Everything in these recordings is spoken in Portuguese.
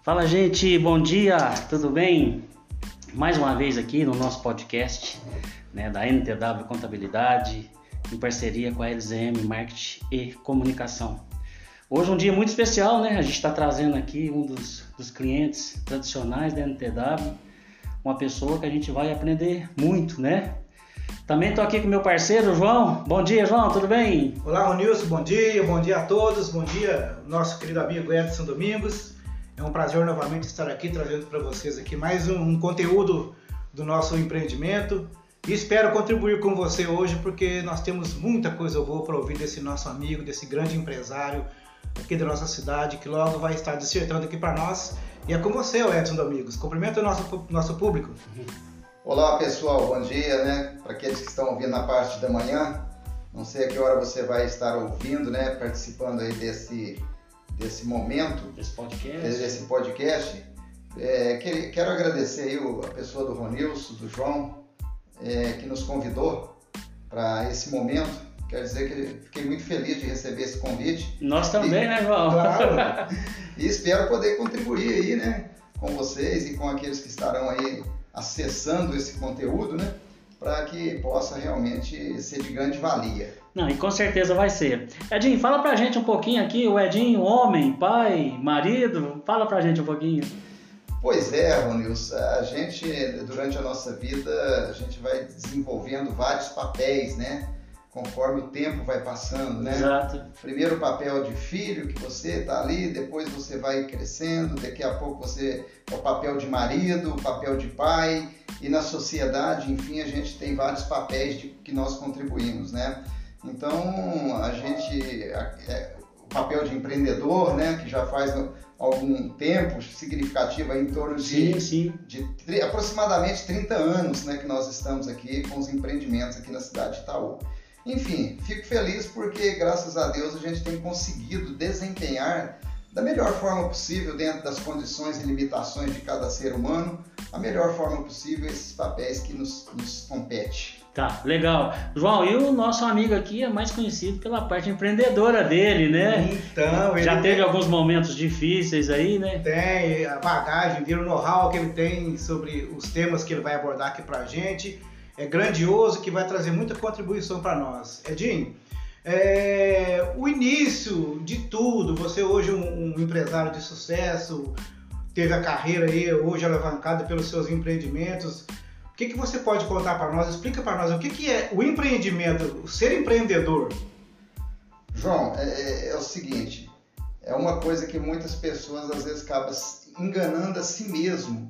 Fala, gente, bom dia, tudo bem? Mais uma vez aqui no nosso podcast, da NTW Contabilidade, em parceria com a LZM Marketing e Comunicação. Hoje é um dia muito especial, A gente está trazendo aqui um dos clientes tradicionais da NTW, uma pessoa que a gente vai aprender muito, Também estou aqui com meu parceiro, João. Bom dia, João, tudo bem? Olá, Ronilson, bom dia a todos, bom dia, nosso querido amigo Edson Domingos. É um prazer novamente estar aqui trazendo para vocês aqui mais um conteúdo do nosso empreendimento e espero contribuir com você hoje porque nós temos muita coisa boa para ouvir desse nosso amigo, desse grande empresário aqui da nossa cidade que logo vai estar dissertando aqui para nós. E é com você, Edson Domingos. Cumprimenta o nosso público. Olá pessoal, bom dia, Para aqueles que estão ouvindo na parte da manhã, não sei a que hora você vai estar ouvindo, Participando aí desse momento, desse podcast. Quero agradecer aí a pessoa do Ronilson, do João, que nos convidou para esse momento. Quero dizer que fiquei muito feliz de receber esse convite. Nós também, João? Claro. E espero poder contribuir aí, com vocês e com aqueles que estarão aí acessando esse conteúdo, para que possa realmente ser de grande valia. Não, e com certeza vai ser. Edinho, fala pra gente um pouquinho aqui, o Edinho, homem, pai, marido, fala pra gente um pouquinho. Pois é, Ronilson, a gente, durante a nossa vida, a gente vai desenvolvendo vários papéis, Conforme o tempo vai passando, Exato. Primeiro o papel de filho, que você está ali, depois você vai crescendo, daqui a pouco você é o papel de marido, o papel de pai, e na sociedade, enfim, a gente tem vários papéis que nós contribuímos, Então, a gente, o papel de empreendedor, que já faz algum tempo significativo, em torno de aproximadamente 30 anos, que nós estamos aqui com os empreendimentos aqui na cidade de Itaú. Enfim, fico feliz porque, graças a Deus, a gente tem conseguido desempenhar da melhor forma possível, dentro das condições e limitações de cada ser humano, a melhor forma possível esses papéis que nos compete. Tá, legal. João, e o nosso amigo aqui é mais conhecido pela parte empreendedora dele, Então, já teve alguns momentos difíceis aí, Tem a bagagem, o know-how que ele tem sobre os temas que ele vai abordar aqui pra gente. É grandioso, que vai trazer muita contribuição para nós. Edinho, o início de tudo, você hoje um empresário de sucesso, teve a carreira aí hoje alavancada pelos seus empreendimentos. O que você pode contar para nós? Explica para nós o que é o empreendimento, o ser empreendedor. João, é o seguinte, é uma coisa que muitas pessoas às vezes acabam enganando a si mesmo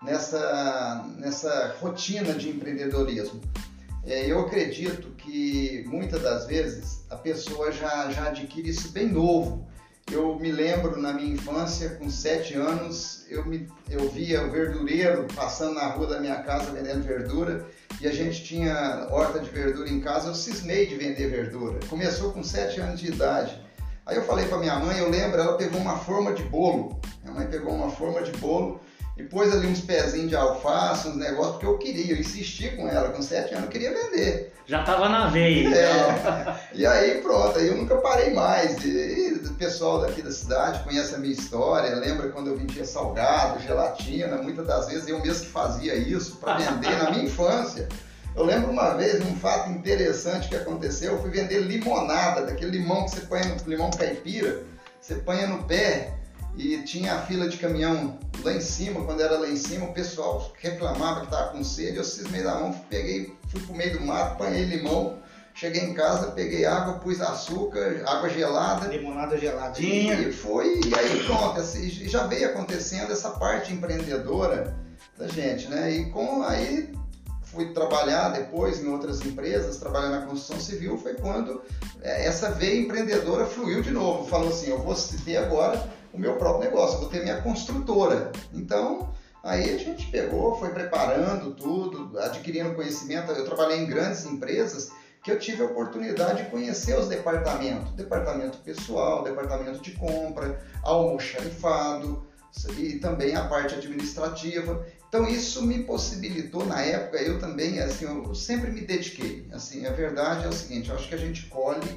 nessa rotina de empreendedorismo. Eu acredito que muitas das vezes a pessoa já adquire isso bem novo. Eu me lembro na minha infância, com 7 anos, eu via o verdureiro passando na rua da minha casa vendendo verdura e a gente tinha horta de verdura em casa, eu cismei de vender verdura. Começou com 7 anos de idade. Aí eu falei para minha mãe, eu lembro, ela pegou uma forma de bolo. Minha mãe pegou uma forma de bolo e pôs ali uns pezinhos de alface, uns negócios, porque eu queria, eu insisti com ela, com 7 anos eu queria vender. Já estava na veia, então. E aí pronto, aí eu nunca parei mais. E o pessoal daqui da cidade conhece a minha história, lembra quando eu vendia salgado, gelatina, muitas das vezes eu mesmo que fazia isso para vender na minha infância. Eu lembro uma vez, um fato interessante que aconteceu, eu fui vender limonada, daquele limão que você põe no limão caipira, você põe no pé. E tinha a fila de caminhão lá em cima, quando era lá em cima, o pessoal reclamava que estava com sede, eu cismei da mão, fui pro meio do mato, apanhei limão, cheguei em casa, peguei água, pus açúcar, água gelada. Limonada geladinha. E aí pronto, e já veio acontecendo essa parte empreendedora da gente, E aí fui trabalhar depois em outras empresas, trabalhar na construção civil, foi quando essa veia empreendedora fluiu de novo, falou assim, eu vou ter agora o meu próprio negócio, vou ter minha construtora. Então, aí a gente pegou, foi preparando tudo, adquirindo conhecimento. Eu trabalhei em grandes empresas que eu tive a oportunidade de conhecer os departamentos. Departamento pessoal, departamento de compra, almoxarifado e também a parte administrativa. Então, isso me possibilitou, na época, eu também, eu sempre me dediquei. A verdade é o seguinte, eu acho que a gente colhe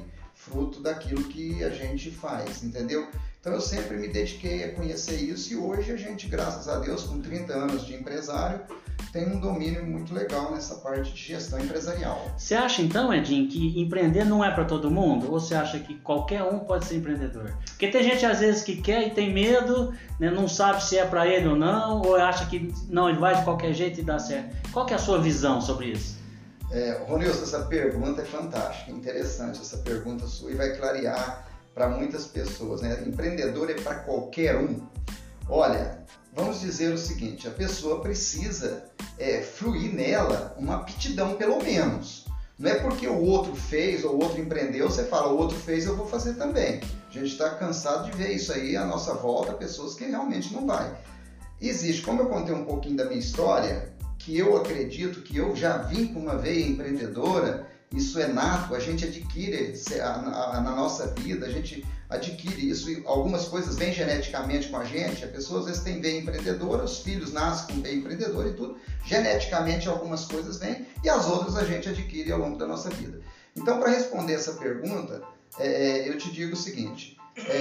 fruto daquilo que a gente faz, entendeu? Então eu sempre me dediquei a conhecer isso e hoje a gente, graças a Deus, com 30 anos de empresário, tem um domínio muito legal nessa parte de gestão empresarial. Você acha então, Edinho, que empreender não é para todo mundo? Ou você acha que qualquer um pode ser empreendedor? Porque tem gente às vezes que quer e tem medo, né, não sabe se é para ele ou não, ou acha que não, ele vai de qualquer jeito e dá certo. Qual que é a sua visão sobre isso? Ronilson, essa pergunta é fantástica, interessante essa pergunta sua e vai clarear para muitas pessoas, né? Empreendedor é para qualquer um. Olha, vamos dizer o seguinte, a pessoa precisa fluir nela uma aptidão pelo menos. Não é porque o outro fez ou o outro empreendeu, você fala, o outro fez, eu vou fazer também. A gente está cansado de ver isso aí à nossa volta, pessoas que realmente não vai. Existe, como eu contei um pouquinho da minha história, que eu acredito que eu já vim com uma veia empreendedora, isso é nato, a gente adquire na nossa vida, a gente adquire isso, algumas coisas vêm geneticamente com a gente, a pessoa às vezes tem veia empreendedora, os filhos nascem com veia empreendedora e tudo, geneticamente algumas coisas vêm e as outras a gente adquire ao longo da nossa vida. Então, para responder essa pergunta, eu te digo o seguinte,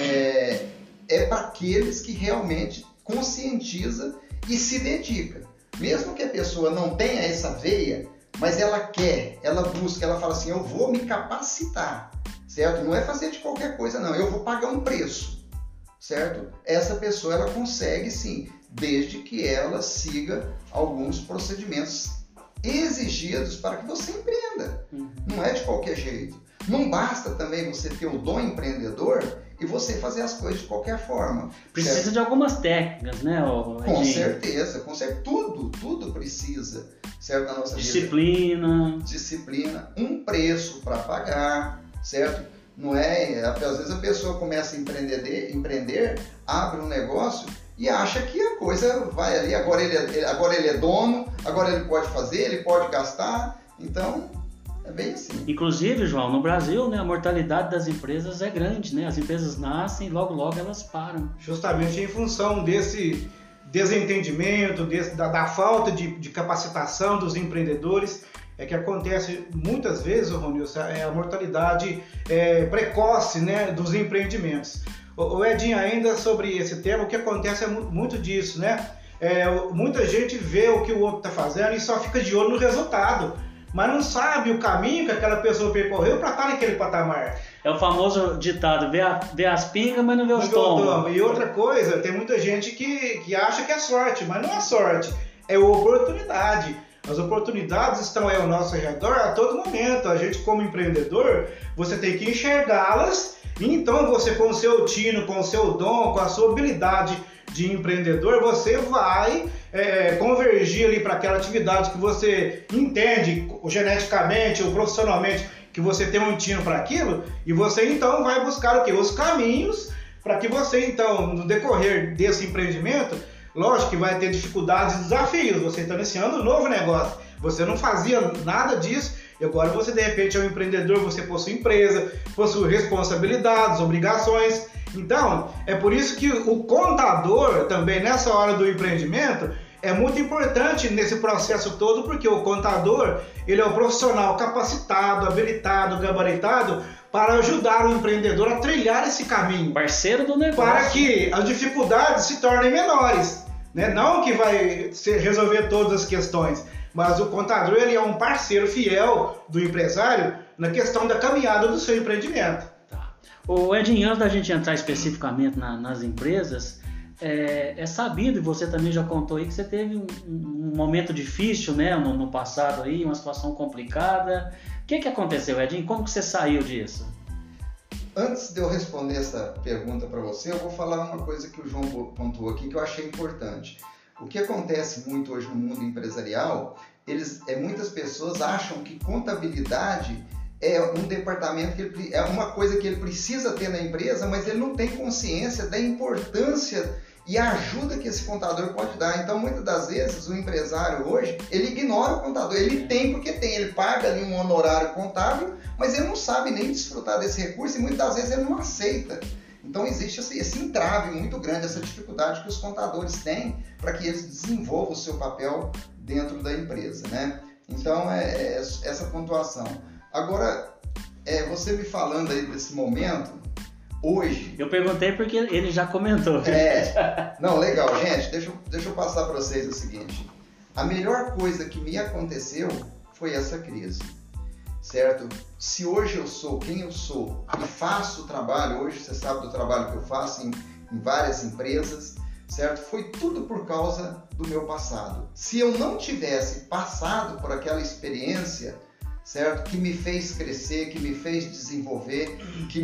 é para aqueles que realmente conscientiza e se dedica. Mesmo que a pessoa não tenha essa veia, mas ela quer, ela busca, ela fala assim, eu vou me capacitar, certo? Não é fazer de qualquer coisa, não. Eu vou pagar um preço, certo? Essa pessoa, ela consegue sim, desde que ela siga alguns procedimentos exigidos para que você empreenda. Não é de qualquer jeito. Não basta também você ter o dom empreendedor e você fazer as coisas de qualquer forma. Precisa certo? De algumas técnicas, né? Com certeza, tudo precisa, certo? Na nossa vida. Disciplina, um preço para pagar, certo? Não é, às vezes a pessoa começa a empreender, abre um negócio e acha que a coisa vai ali, agora ele é dono, agora ele pode fazer, ele pode gastar, então é bem assim. Inclusive, João, no Brasil, né, a mortalidade das empresas é grande, né? As empresas nascem e logo elas param. Justamente em função desse desentendimento, da falta de capacitação dos empreendedores, é que acontece muitas vezes, Ronilson, a mortalidade precoce, né, dos empreendimentos. O Edinho, ainda sobre esse tema, o que acontece é muito disso, né? Muita gente vê o que o outro está fazendo e só fica de olho no resultado, mas não sabe o caminho que aquela pessoa percorreu para estar naquele patamar. É o famoso ditado, vê as pingas, mas não vê os tombos. E outra coisa, tem muita gente que acha que é sorte, mas não é sorte, é oportunidade. As oportunidades estão aí ao nosso redor a todo momento. A gente, como empreendedor, você tem que enxergá-las e então você, com o seu tino, com o seu dom, com a sua habilidade de empreendedor, você vai convergir ali para aquela atividade que você entende geneticamente ou profissionalmente, que você tem um tino para aquilo, e você então vai buscar o quê? Os caminhos para que você então, no decorrer desse empreendimento, lógico que vai ter dificuldades e desafios, você está iniciando um novo negócio, você não fazia nada disso, e agora você de repente é um empreendedor, você possui empresa, possui responsabilidades, obrigações. Então, é por isso que o contador também nessa hora do empreendimento é muito importante nesse processo todo, porque o contador, ele é o profissional capacitado, habilitado, gabaritado para ajudar o empreendedor a trilhar esse caminho. Parceiro do negócio. Para que as dificuldades se tornem menores, né? Não que vai resolver todas as questões, mas o contador, ele é um parceiro fiel do empresário na questão da caminhada do seu empreendimento. O Edinho, antes da gente entrar especificamente nas empresas, é sabido, e você também já contou aí, que você teve um momento difícil, né, no passado aí, uma situação complicada. O que aconteceu, Edinho? Como que você saiu disso? Antes de eu responder essa pergunta para você, eu vou falar uma coisa que o João pontuou aqui que eu achei importante. O que acontece muito hoje no mundo empresarial, muitas pessoas acham que contabilidade é um departamento é uma coisa que ele precisa ter na empresa, mas ele não tem consciência da importância e a ajuda que esse contador pode dar. Então, muitas das vezes, o empresário hoje, ele ignora o contador. Ele tem porque tem, ele paga ali um honorário contábil, mas ele não sabe nem desfrutar desse recurso e muitas das vezes ele não aceita. Então, existe esse entrave muito grande, essa dificuldade que os contadores têm para que eles desenvolvam o seu papel dentro da empresa, né? Então, essa pontuação. Agora, você me falando aí desse momento, hoje... Eu perguntei porque ele já comentou. Não, legal, gente, deixa eu passar para vocês o seguinte. A melhor coisa que me aconteceu foi essa crise, certo? Se hoje eu sou quem eu sou e faço o trabalho, hoje você sabe do trabalho que eu faço em várias empresas, certo? Foi tudo por causa do meu passado. Se eu não tivesse passado por aquela experiência, certo? Que me fez crescer, que me fez desenvolver, que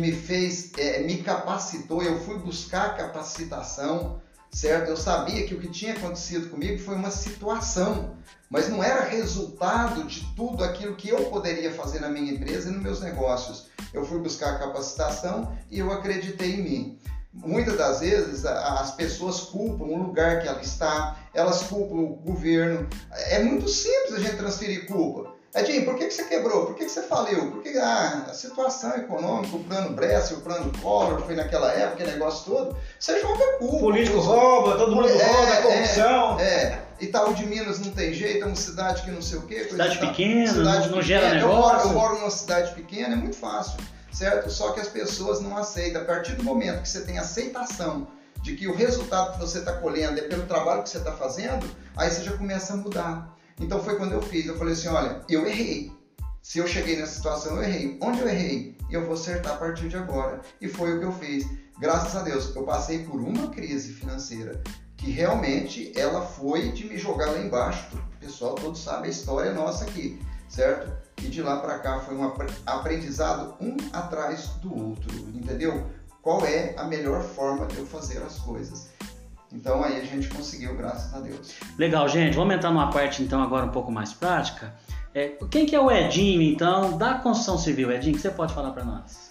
me capacitou, eu fui buscar capacitação, certo? Eu sabia que o que tinha acontecido comigo foi uma situação, mas não era resultado de tudo aquilo que eu poderia fazer na minha empresa e nos meus negócios. Eu fui buscar capacitação e eu acreditei em mim. Muitas das vezes as pessoas culpam o lugar que ela está, elas culpam o governo. É muito simples a gente transferir culpa. Edinho, por que você quebrou? Por que você faliu? Porque a situação econômica, o plano Bresser, o plano Collor, foi naquela época, aquele negócio todo, você joga culpa. O político rouba, todo mundo rouba, corrupção. Itaú de Minas não tem jeito, é uma cidade que não sei o quê. Cidade pequena, não gera negócio. Eu moro numa cidade pequena, é muito fácil, certo? Só que as pessoas não aceitam. A partir do momento que você tem aceitação de que o resultado que você está colhendo é pelo trabalho que você está fazendo, aí você já começa a mudar. Então foi quando eu fiz, eu falei assim, olha, eu errei. Se eu cheguei nessa situação, eu errei. Onde eu errei? Eu vou acertar a partir de agora. E foi o que eu fiz. Graças a Deus, eu passei por uma crise financeira que realmente ela foi de me jogar lá embaixo. O pessoal todos sabe a história nossa aqui, certo? E de lá para cá foi um aprendizado um atrás do outro, entendeu? Qual é a melhor forma de eu fazer as coisas? Então aí a gente conseguiu, graças a Deus. Legal, gente. Vamos entrar numa parte então agora um pouco mais prática. Quem que é o Edinho, então, da construção civil? Edinho, o que você pode falar para nós?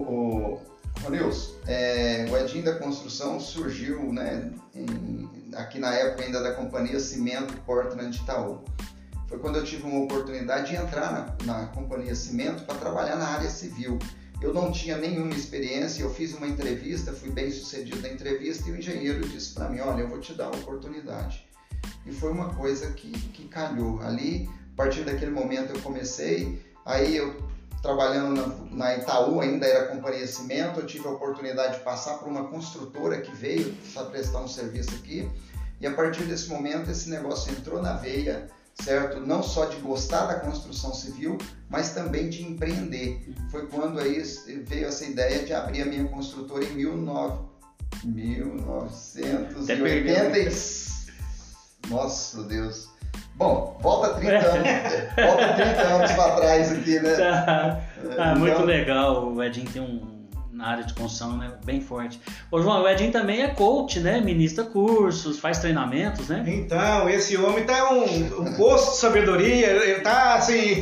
Ronilson, o Edinho da construção surgiu, né, aqui na época ainda da companhia Cimento Portland de Itaú. Foi quando eu tive uma oportunidade de entrar na companhia Cimento para trabalhar na área civil. Eu não tinha nenhuma experiência, eu fiz uma entrevista, fui bem sucedido na entrevista e o engenheiro disse para mim, olha, eu vou te dar uma oportunidade. E foi uma coisa que calhou. Ali, a partir daquele momento eu comecei, aí eu trabalhando na Itaú, ainda era companhia Cimento, eu tive a oportunidade de passar por uma construtora que veio para prestar um serviço aqui, e a partir desse momento esse negócio entrou na veia, certo? Não só de gostar da construção civil, mas também de empreender. Foi quando aí veio essa ideia de abrir a minha construtora em 1980. Nossa, Deus. Bom, volta 30 anos para trás aqui, né? Muito legal. O Edinho tem na área de construção, né, bem forte. Ô João, o Edinho também é coach, né? Ministra cursos, faz treinamentos, né? Então, esse homem tá um poço de sabedoria, ele tá assim,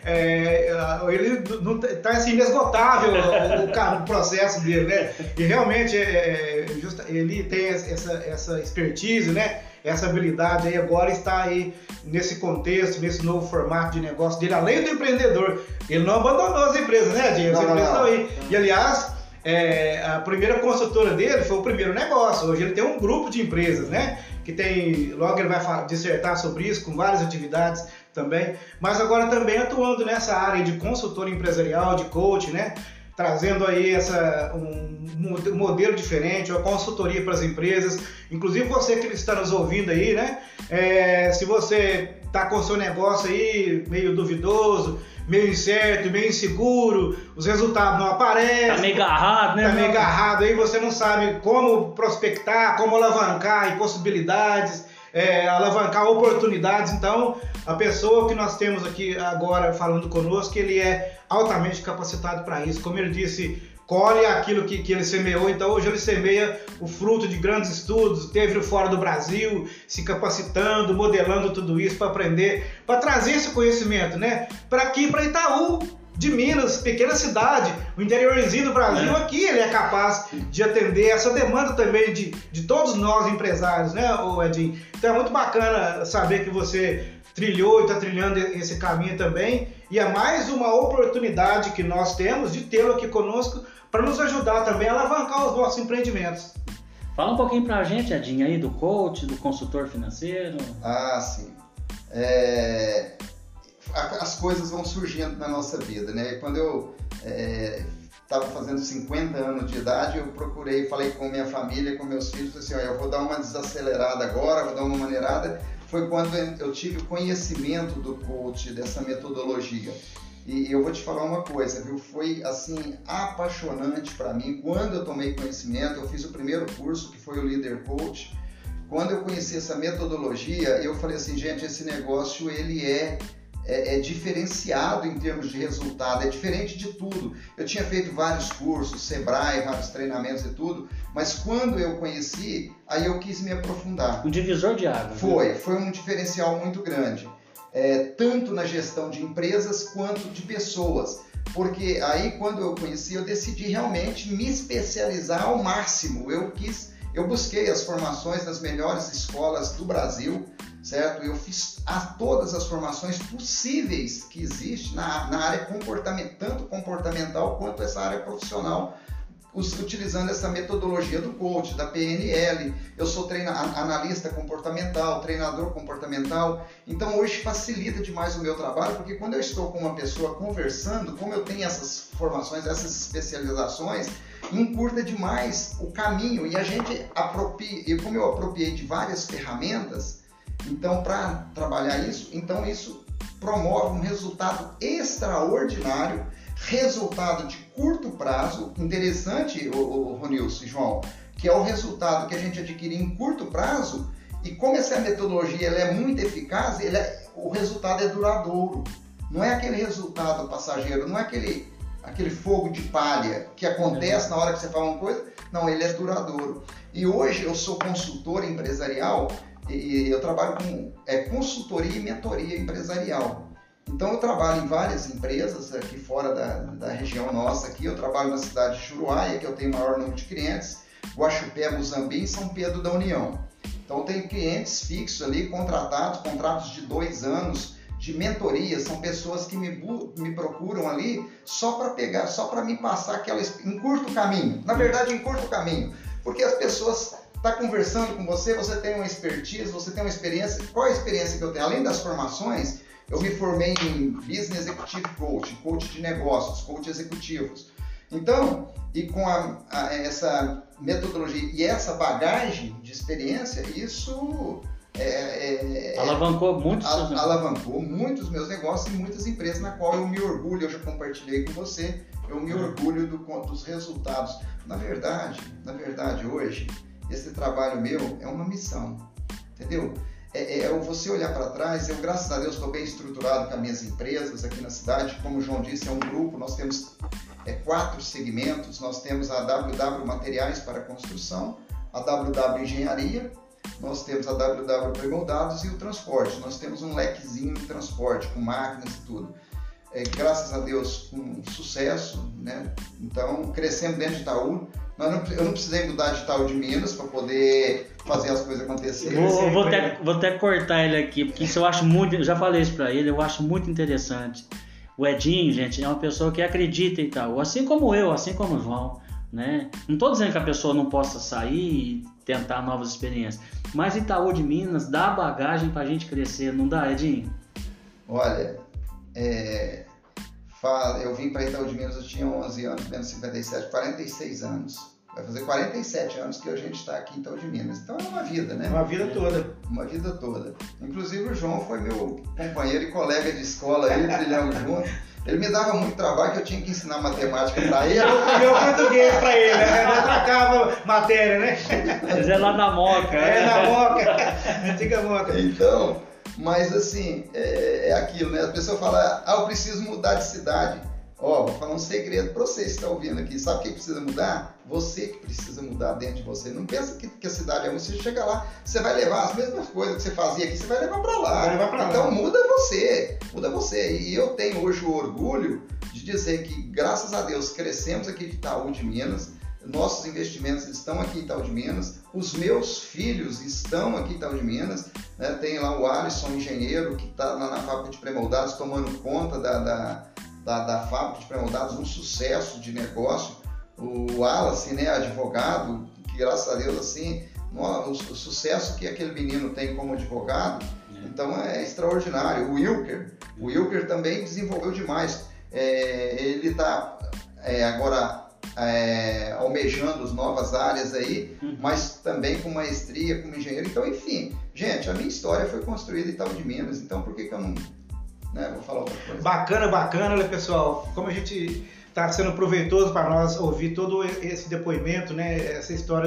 ele não tá assim, inesgotável o processo dele, né? E realmente ele tem essa expertise, né? Essa habilidade aí agora está aí nesse contexto, nesse novo formato de negócio dele, além do empreendedor. Ele não abandonou as empresas, né, Edinho? As empresas estão aí. E aliás, a primeira consultora dele foi o primeiro negócio. Hoje ele tem um grupo de empresas, né? Que tem, logo ele vai dissertar sobre isso, com várias atividades também. Mas agora também atuando nessa área de consultor empresarial, de coach, né? Trazendo aí um modelo diferente, uma consultoria para as empresas. Inclusive você que está nos ouvindo aí, né? Se você está com o seu negócio aí meio duvidoso, meio incerto, meio inseguro, os resultados não aparecem. Tá meio agarrado, né? Tá meio agarrado aí, você não sabe como prospectar, como alavancar possibilidades, alavancar oportunidades. Então, a pessoa que nós temos aqui agora falando conosco, ele é altamente capacitado para isso. Como ele disse, colhe aquilo que ele semeou. Então, hoje ele semeia o fruto de grandes estudos, teve fora do Brasil, se capacitando, modelando tudo isso para aprender, para trazer esse conhecimento, né? Para aqui, para Itaú de Minas, pequena cidade, o interiorzinho do Brasil, aqui ele é capaz de atender essa demanda também de todos nós empresários, né, Edinho? Então é muito bacana saber que você trilhou e está trilhando esse caminho também, e é mais uma oportunidade que nós temos de tê-lo aqui conosco para nos ajudar também a alavancar os nossos empreendimentos. Fala um pouquinho para a gente, Edinho, aí do coach, do consultor financeiro. Ah, sim. As coisas vão surgindo na nossa vida, né? Quando eu estava fazendo 50 anos de idade, eu procurei, falei com minha família, com meus filhos, assim, eu vou dar uma desacelerada agora, vou dar uma maneirada. Foi quando eu tive o conhecimento do coach, dessa metodologia. E eu vou te falar uma coisa, viu? Foi, assim, apaixonante para mim. Quando eu tomei conhecimento, eu fiz o primeiro curso, que foi o Leader Coach. Quando eu conheci essa metodologia, eu falei assim, gente, esse negócio, ele é diferenciado em termos de resultado, é diferente de tudo. Eu tinha feito vários cursos, Sebrae, vários treinamentos e tudo, mas quando eu conheci, aí eu quis me aprofundar. Um divisor de águas. Foi um diferencial muito grande, tanto na gestão de empresas quanto de pessoas, porque aí quando eu conheci, eu decidi realmente me especializar ao máximo. Eu busquei as formações das melhores escolas do Brasil, certo? Eu fiz todas as formações possíveis que existem na área tanto comportamental quanto essa área profissional, utilizando essa metodologia do coach, da PNL. Eu sou analista comportamental, treinador comportamental, então hoje facilita demais o meu trabalho, porque quando eu estou com uma pessoa conversando, como eu tenho essas formações, essas especializações, encurta demais o caminho, e a gente como eu apropriei de várias ferramentas, então para trabalhar isso, então isso promove um resultado extraordinário, resultado de curto prazo, interessante, o Ronilson e João, que é o resultado que a gente adquire em curto prazo, e como essa metodologia ela é muito eficaz, o resultado é duradouro, não é aquele resultado passageiro, não é aquele fogo de palha que acontece na hora que você fala uma coisa, não, ele é duradouro. E hoje eu sou consultor empresarial e eu trabalho com consultoria e mentoria empresarial. Então eu trabalho em várias empresas aqui fora da região nossa aqui. Eu trabalho na cidade de Juruáia, que eu tenho o maior número de clientes, Guaxupé, Muzambique e São Pedro da União. Então eu tenho clientes fixos ali, contratos de 2 anos de mentoria. São pessoas que me procuram ali só para me passar em curto caminho. Na verdade, em curto caminho, porque as pessoas estão conversando com você, você tem uma expertise, você tem uma experiência. Qual é a experiência que eu tenho? Além das formações, eu me formei em Business Executive Coach, coach de negócios, coach executivos. Então, e com essa metodologia e essa bagagem de experiência, isso alavancou muitos meus negócios e muitas empresas na qual eu me orgulho. Eu já compartilhei com você, eu me orgulho dos resultados. Na verdade, hoje, esse trabalho meu é uma missão, entendeu? Você olhar para trás. Eu, graças a Deus, estou bem estruturado com as minhas empresas aqui na cidade. Como o João disse, é um grupo, nós temos 4 segmentos. Nós temos a WW Materiais para Construção, a WW Engenharia, nós temos a WW Premoldados e o Transporte. Nós temos um lequezinho de transporte, com máquinas e tudo. Graças a Deus, com sucesso, né? Então, crescemos dentro de Itaú. Eu não precisei mudar de Itaú de Minas para poder fazer as coisas acontecerem. Vou até cortar ele aqui, porque isso eu acho muito... Eu já falei isso para ele, eu acho muito interessante. O Edinho, gente, é uma pessoa que acredita em Itaú, assim como eu, assim como o João, né? Não estou dizendo que a pessoa não possa sair e tentar novas experiências, mas Itaú de Minas dá bagagem para a gente crescer, não dá, Edinho? Olha, eu vim para Itaú de Minas, eu tinha 11 anos, menos 57, 46 anos. Vai fazer 47 anos que a gente está aqui em Itaú de Minas. Então é uma vida, né? Uma vida toda. Uma vida toda. Inclusive o João foi meu companheiro e colega de escola aí, trilhamos junto. Ele me dava muito trabalho, que eu tinha que ensinar matemática para ele. E eu português para ele, né? Não trocava matéria, né? Mas é lá na Moca. Na Moca, antiga Moca. Então, mas assim, é aquilo, né? A pessoa fala, eu preciso mudar de cidade. Vou falar um segredo para você que está ouvindo aqui. Sabe o que precisa mudar? Você que precisa mudar dentro de você. Não pensa que a cidade é ruim. Você chega lá, você vai levar as mesmas coisas que você fazia aqui, você vai levar para lá. Então muda você. E eu tenho hoje o orgulho de dizer que, graças a Deus, crescemos aqui de Itaú de Minas. Nossos investimentos estão aqui em Itaú de Minas. Os meus filhos estão aqui em Itaú de Minas. Né? Tem lá o Alisson, engenheiro, que está lá na fábrica de pré-moldados, tomando conta da fábrica de pré-moldados, um sucesso de negócio. O Wallace, né, advogado, que graças a Deus, assim, o sucesso que aquele menino tem como advogado, então é extraordinário. O Wilker também desenvolveu demais. Ele está agora almejando as novas áreas aí, mas também com maestria, como engenheiro. Então, enfim, gente, a minha história foi construída em Itaú de Minas, então por que eu não vou falar outra coisa? Bacana, olha pessoal, como a gente está sendo proveitoso para nós ouvir todo esse depoimento, né? Essa história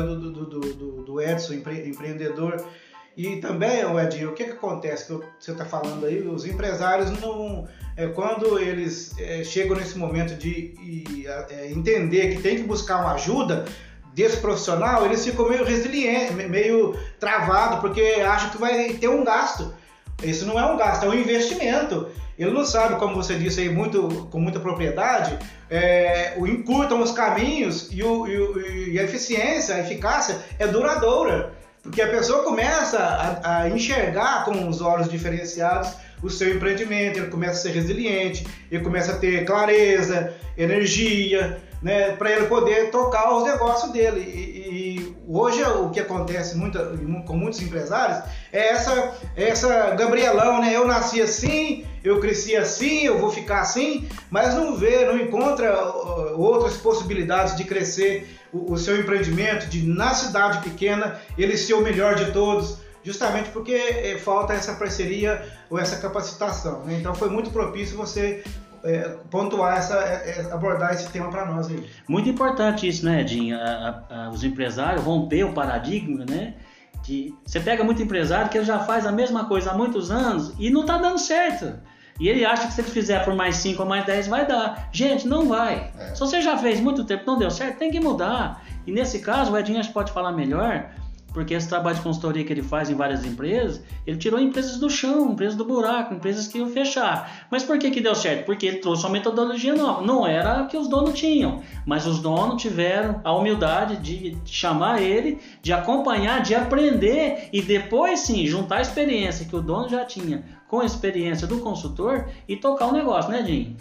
do Edson, empreendedor. E também, Edinho, o que acontece que você está falando aí? Os empresários não... quando eles chegam nesse momento de entender que tem que buscar uma ajuda desse profissional, eles ficam meio resilientes, meio travados, porque acham que vai ter um gasto. Isso não é um gasto, é um investimento. Ele não sabe, como você disse aí com muita propriedade, encurtam os caminhos e a eficiência, a eficácia é duradoura. Porque a pessoa começa a enxergar com os olhos diferenciados o seu empreendimento, ele começa a ser resiliente, ele começa a ter clareza, energia, né, para ele poder tocar os negócios dele. E hoje o que acontece com muitos empresários é essa Gabrielão, né? Eu nasci assim, eu cresci assim, eu vou ficar assim, mas não encontra outras possibilidades de crescer o seu empreendimento, de na cidade pequena ele ser o melhor de todos, justamente porque falta essa parceria ou essa capacitação, né? Então foi muito propício você pontuar, abordar esse tema para nós aí. Muito importante isso, né, Edinho? Os empresários romper o paradigma, né? Você pega muito empresário que ele já faz a mesma coisa há muitos anos e não está dando certo. E ele acha que se ele fizer por mais 5 ou mais 10 vai dar. Gente, não vai. Se você já fez muito tempo e não deu certo, tem que mudar. E nesse caso, o Edinho acho que pode falar melhor, porque esse trabalho de consultoria que ele faz em várias empresas, ele tirou empresas do chão, empresas do buraco, empresas que iam fechar. Mas por que deu certo? Porque ele trouxe uma metodologia nova. Não era a que os donos tinham, mas os donos tiveram a humildade de chamar ele, de acompanhar, de aprender e depois sim, juntar a experiência que o dono já tinha com a experiência do consultor e tocar o negócio, né, Edinho?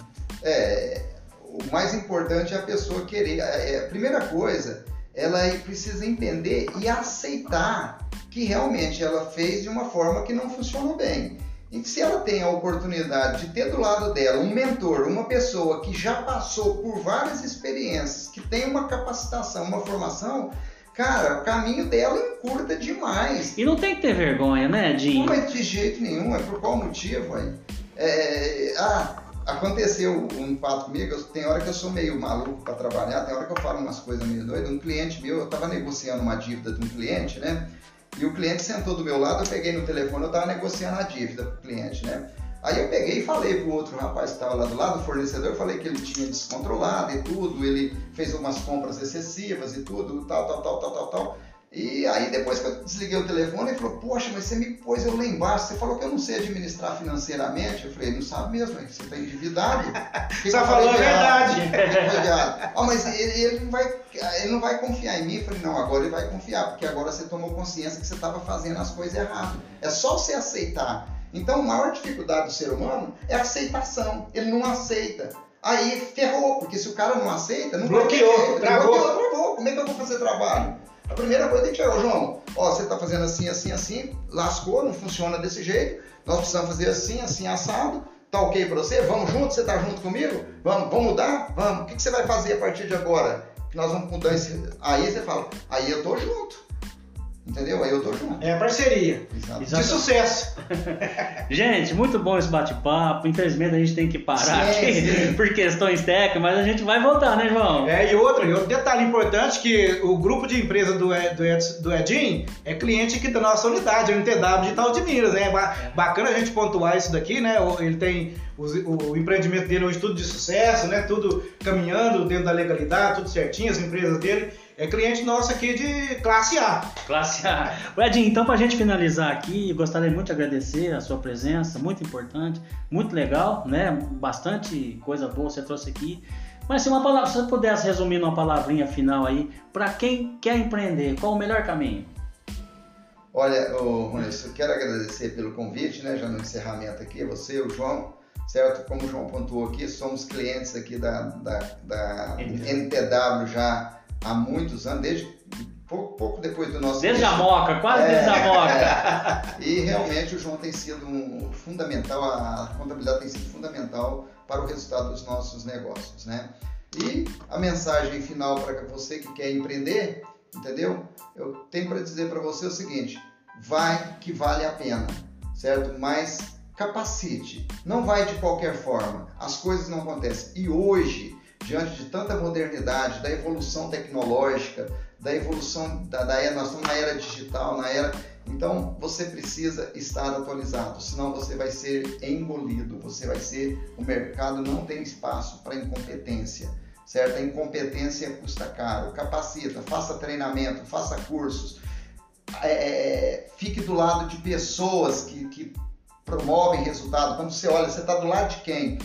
O mais importante é a pessoa querer. A primeira coisa, ela precisa entender e aceitar que realmente ela fez de uma forma que não funcionou bem. E se ela tem a oportunidade de ter do lado dela um mentor, uma pessoa que já passou por várias experiências, que tem uma capacitação, uma formação, cara, o caminho dela encurta demais. E não tem que ter vergonha, né, Edinho? Não é de jeito nenhum, é por qual motivo, aí? Aconteceu um fato comigo, tem hora que eu sou meio maluco para trabalhar, tem hora que eu falo umas coisas meio doidas. Um cliente meu, eu estava negociando uma dívida de um cliente, né? E o cliente sentou do meu lado, eu peguei no telefone, eu estava negociando a dívida com o cliente, né? Aí eu peguei e falei pro outro rapaz que estava lá do lado, o fornecedor, eu falei que ele tinha descontrolado e tudo, ele fez umas compras excessivas e tudo, tal. E aí depois que eu desliguei o telefone, ele falou, poxa, mas você me pôs eu lá embaixo, você falou que eu não sei administrar financeiramente. Eu falei, não sabe mesmo, você está endividado. Só falou a verdade. Mas ele não vai confiar em mim. Eu falei, não, agora ele vai confiar, porque agora você tomou consciência que você estava fazendo as coisas erradas. É só você aceitar. Então a maior dificuldade do ser humano é a aceitação. Ele não aceita. Aí ferrou, porque se o cara não aceita, não bloqueou, travou. Como é que eu vou fazer trabalho? A primeira coisa tem que chegar, João, você está fazendo assim, lascou, não funciona desse jeito, nós precisamos fazer assim, assado, tá ok para você? Vamos junto? Você tá junto comigo? Vamos mudar? Vamos. O que você vai fazer a partir de agora? Que nós vamos mudar esse... Aí você fala, aí eu tô junto. Entendeu? Aí eu tô junto. É a parceria. Exato. De sucesso. Gente, muito bom esse bate-papo. Infelizmente a gente tem que parar aqui por questões técnicas, mas a gente vai voltar, né, João? E outro detalhe importante que o grupo de empresa do Edinho é cliente aqui da nossa unidade, a NTW de Itaú de Minas, né? Bacana a gente pontuar isso daqui, né? Ele tem o empreendimento dele hoje tudo de sucesso, né? Tudo caminhando dentro da legalidade, tudo certinho, as empresas dele. É cliente nosso aqui de classe A. Classe A. Edinho, então pra gente finalizar aqui, eu gostaria muito de agradecer a sua presença, muito importante, muito legal, né? Bastante coisa boa você trouxe aqui. Mas se você pudesse resumir numa palavrinha final aí, para quem quer empreender, qual o melhor caminho? Olha, Ronilson, eu quero agradecer pelo convite, né? Já no encerramento aqui, você, o João, certo? Como o João pontuou aqui, somos clientes aqui da NTW já há muitos anos, desde pouco depois do nosso... Desde a Moca, quase desde a Moca. E realmente o João tem sido fundamental, a contabilidade tem sido fundamental para o resultado dos nossos negócios, né? E a mensagem final para você que quer empreender, entendeu? Eu tenho para dizer para você o seguinte: vai que vale a pena, certo? Mas capacite, não vai de qualquer forma, as coisas não acontecem. E hoje, diante de tanta modernidade, da evolução tecnológica, da evolução da era, nós estamos na era digital, então você precisa estar atualizado, senão você vai ser engolido, o mercado não tem espaço para incompetência, certo? A incompetência custa caro. Capacita, faça treinamento, faça cursos, fique do lado de pessoas que promovem resultado. Quando você olha, você está do lado de quem?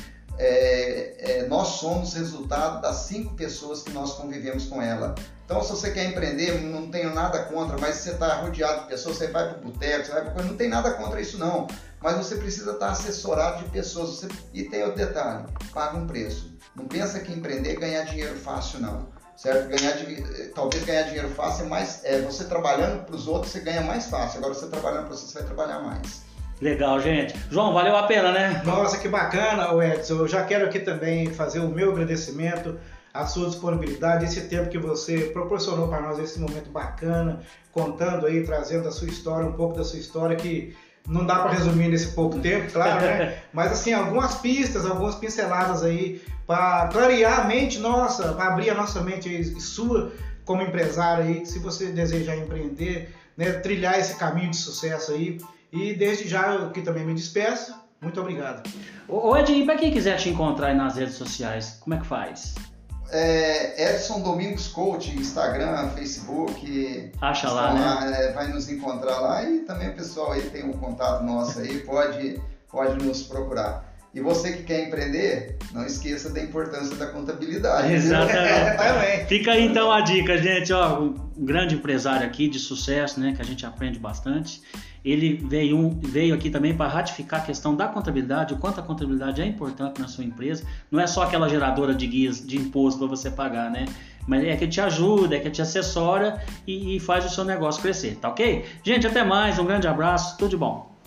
Nós somos resultado das 5 pessoas que nós convivemos com ela. Então, se você quer empreender, não tenho nada contra, mas você está rodeado de pessoas, você vai para o boteco, não tem nada contra isso não, mas você precisa estar assessorado de pessoas. E tem outro detalhe: paga um preço. Não pensa que empreender é ganhar dinheiro fácil não, certo? Talvez ganhar dinheiro fácil é mais, você trabalhando para os outros você ganha mais fácil, agora você trabalhando para você vai trabalhar mais. Legal, gente. João, valeu a pena, né? Nossa, que bacana, Edson. Eu já quero aqui também fazer o meu agradecimento, a sua disponibilidade, esse tempo que você proporcionou para nós, esse momento bacana, contando aí, trazendo a sua história, um pouco da sua história, que não dá para resumir nesse pouco tempo, claro, né? Mas assim, algumas pistas, algumas pinceladas aí para clarear a mente nossa, para abrir a nossa mente e sua como empresário aí, se você desejar empreender, né, trilhar esse caminho de sucesso aí. E desde já eu aqui também me despeço. Muito obrigado. Ô Edinho, para quem quiser te encontrar aí nas redes sociais, como é que faz? Edson Domingos Coaching, Instagram, Facebook. Acha lá, né? Vai nos encontrar lá, e também o pessoal aí tem um contato nosso aí, pode nos procurar. E você que quer empreender, não esqueça da importância da contabilidade. Exatamente. Fica aí então a dica, gente. Ó, um grande empresário aqui de sucesso, né, que a gente aprende bastante. Ele veio aqui também para ratificar a questão da contabilidade, o quanto a contabilidade é importante na sua empresa. Não é só aquela geradora de guias de imposto para você pagar, né? Mas é que te ajuda, é que te assessora e faz o seu negócio crescer, tá ok? Gente, até mais, um grande abraço, tudo de bom.